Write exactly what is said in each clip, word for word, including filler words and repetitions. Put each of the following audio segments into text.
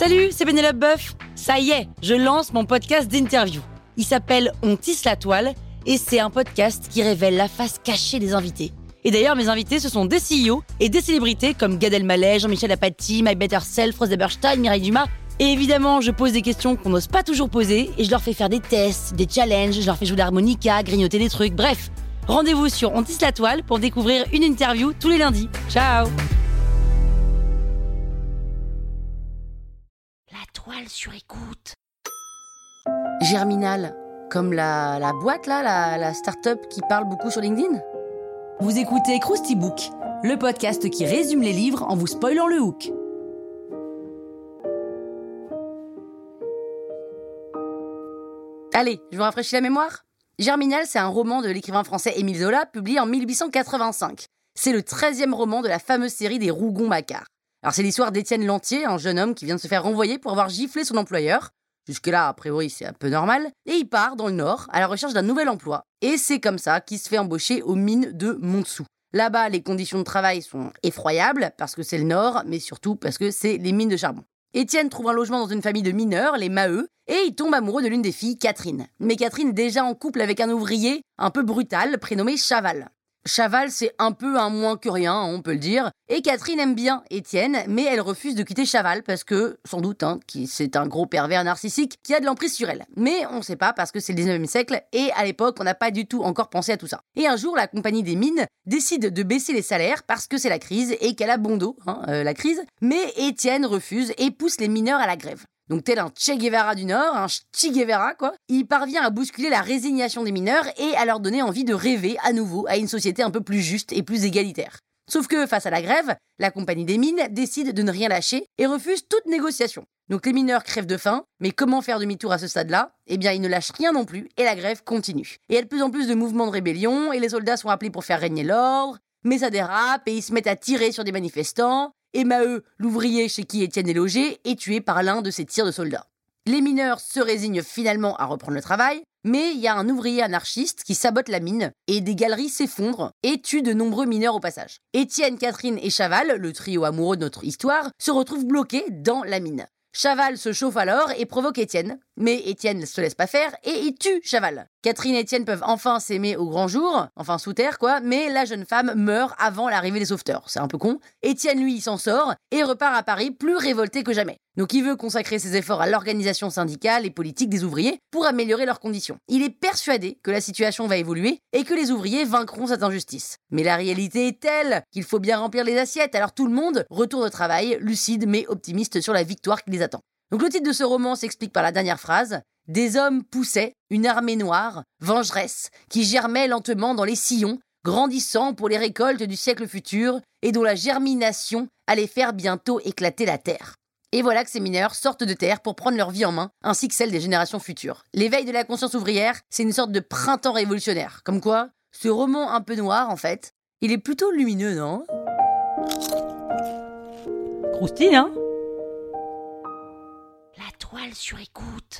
Salut, c'est Pénélope Boeuf. Ça y est, je lance mon podcast d'interview. Il s'appelle On tisse la toile et c'est un podcast qui révèle la face cachée des invités. Et d'ailleurs, mes invités, ce sont des C E O et des célébrités comme Gad Elmaleh, Jean-Michel Apathy, My Better Self, Rose Eberstein, Mireille Dumas. Et évidemment, je pose des questions qu'on n'ose pas toujours poser et je leur fais faire des tests, des challenges, je leur fais jouer de l'harmonica, grignoter des trucs, bref. Rendez-vous sur On tisse la toile pour découvrir une interview tous les lundis. Ciao! La toile sur écoute. Germinal, comme la, la boîte là, la, la start-up qui parle beaucoup sur LinkedIn. Vous écoutez Krusty Book, le podcast qui résume les livres en vous spoilant le hook. Allez, je vous rafraîchis la mémoire. Germinal, c'est un roman de l'écrivain français Émile Zola, publié en mille huit cent quatre-vingt-cinq. C'est le treizième roman de la fameuse série des Rougon-Macquart. Alors c'est l'histoire d'Étienne Lantier, un jeune homme qui vient de se faire renvoyer pour avoir giflé son employeur. Jusque-là, a priori, c'est un peu normal. Et il part dans le Nord à la recherche d'un nouvel emploi. Et c'est comme ça qu'il se fait embaucher aux mines de Montsou. Là-bas, les conditions de travail sont effroyables, parce que c'est le Nord, mais surtout parce que c'est les mines de charbon. Étienne trouve un logement dans une famille de mineurs, les Maheu, et il tombe amoureux de l'une des filles, Catherine. Mais Catherine est déjà en couple avec un ouvrier un peu brutal, prénommé Chaval. Chaval, c'est un peu un moins que rien, on peut le dire. Et Catherine aime bien Étienne, mais elle refuse de quitter Chaval parce que, sans doute, hein, c'est un gros pervers narcissique qui a de l'emprise sur elle. Mais on sait pas parce que c'est le dix-neuvième siècle et à l'époque, on n'a pas du tout encore pensé à tout ça. Et un jour, la compagnie des mines décide de baisser les salaires parce que c'est la crise et qu'elle a bon dos, hein, euh, la crise. Mais Étienne refuse et pousse les mineurs à la grève. Donc tel un Che Guevara du Nord, un Che Guevara quoi, il parvient à bousculer la résignation des mineurs et à leur donner envie de rêver à nouveau à une société un peu plus juste et plus égalitaire. Sauf que face à la grève, la compagnie des mines décide de ne rien lâcher et refuse toute négociation. Donc les mineurs crèvent de faim, mais comment faire demi-tour à ce stade-là ? Eh bien ils ne lâchent rien non plus et la grève continue. Et il y a de plus en plus de mouvements de rébellion et les soldats sont appelés pour faire régner l'ordre, mais ça dérape et ils se mettent à tirer sur des manifestants. Et Maheu, l'ouvrier chez qui Étienne est logé, est tué par l'un de ces tirs de soldats. Les mineurs se résignent finalement à reprendre le travail, mais il y a un ouvrier anarchiste qui sabote la mine, et des galeries s'effondrent et tuent de nombreux mineurs au passage. Étienne, Catherine et Chaval, le trio amoureux de notre histoire, se retrouvent bloqués dans la mine. Chaval se chauffe alors et provoque Étienne, mais Étienne ne se laisse pas faire et il tue Chaval. Catherine et Étienne peuvent enfin s'aimer au grand jour, enfin sous terre quoi, mais la jeune femme meurt avant l'arrivée des sauveteurs, c'est un peu con. Étienne lui il s'en sort et repart à Paris plus révolté que jamais. Donc il veut consacrer ses efforts à l'organisation syndicale et politique des ouvriers pour améliorer leurs conditions. Il est persuadé que la situation va évoluer et que les ouvriers vaincront cette injustice. Mais la réalité est telle qu'il faut bien remplir les assiettes, alors tout le monde retourne au travail, lucide mais optimiste sur la victoire qui les attend. Donc le titre de ce roman s'explique par la dernière phrase. Des hommes poussaient une armée noire, vengeresse, qui germait lentement dans les sillons, grandissant pour les récoltes du siècle futur et dont la germination allait faire bientôt éclater la terre. Et voilà que ces mineurs sortent de terre pour prendre leur vie en main, ainsi que celle des générations futures. L'éveil de la conscience ouvrière, c'est une sorte de printemps révolutionnaire. Comme quoi, ce roman un peu noir, en fait, il est plutôt lumineux, non ? Croustille, hein ? La toile sur écoute.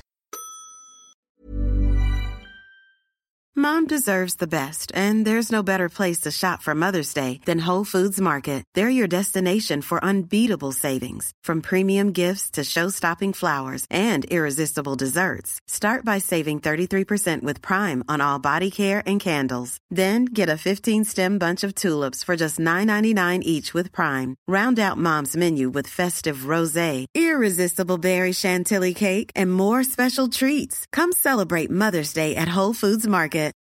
Mom deserves the best, and there's no better place to shop for Mother's Day than Whole Foods Market. They're your destination for unbeatable savings, from premium gifts to show-stopping flowers and irresistible desserts. Start by saving thirty-three percent with Prime on all body care and candles. Then get a fifteen-stem bunch of tulips for just nine ninety-nine each with Prime. Round out Mom's menu with festive rosé, irresistible berry chantilly cake, and more special treats. Come celebrate Mother's Day at Whole Foods Market.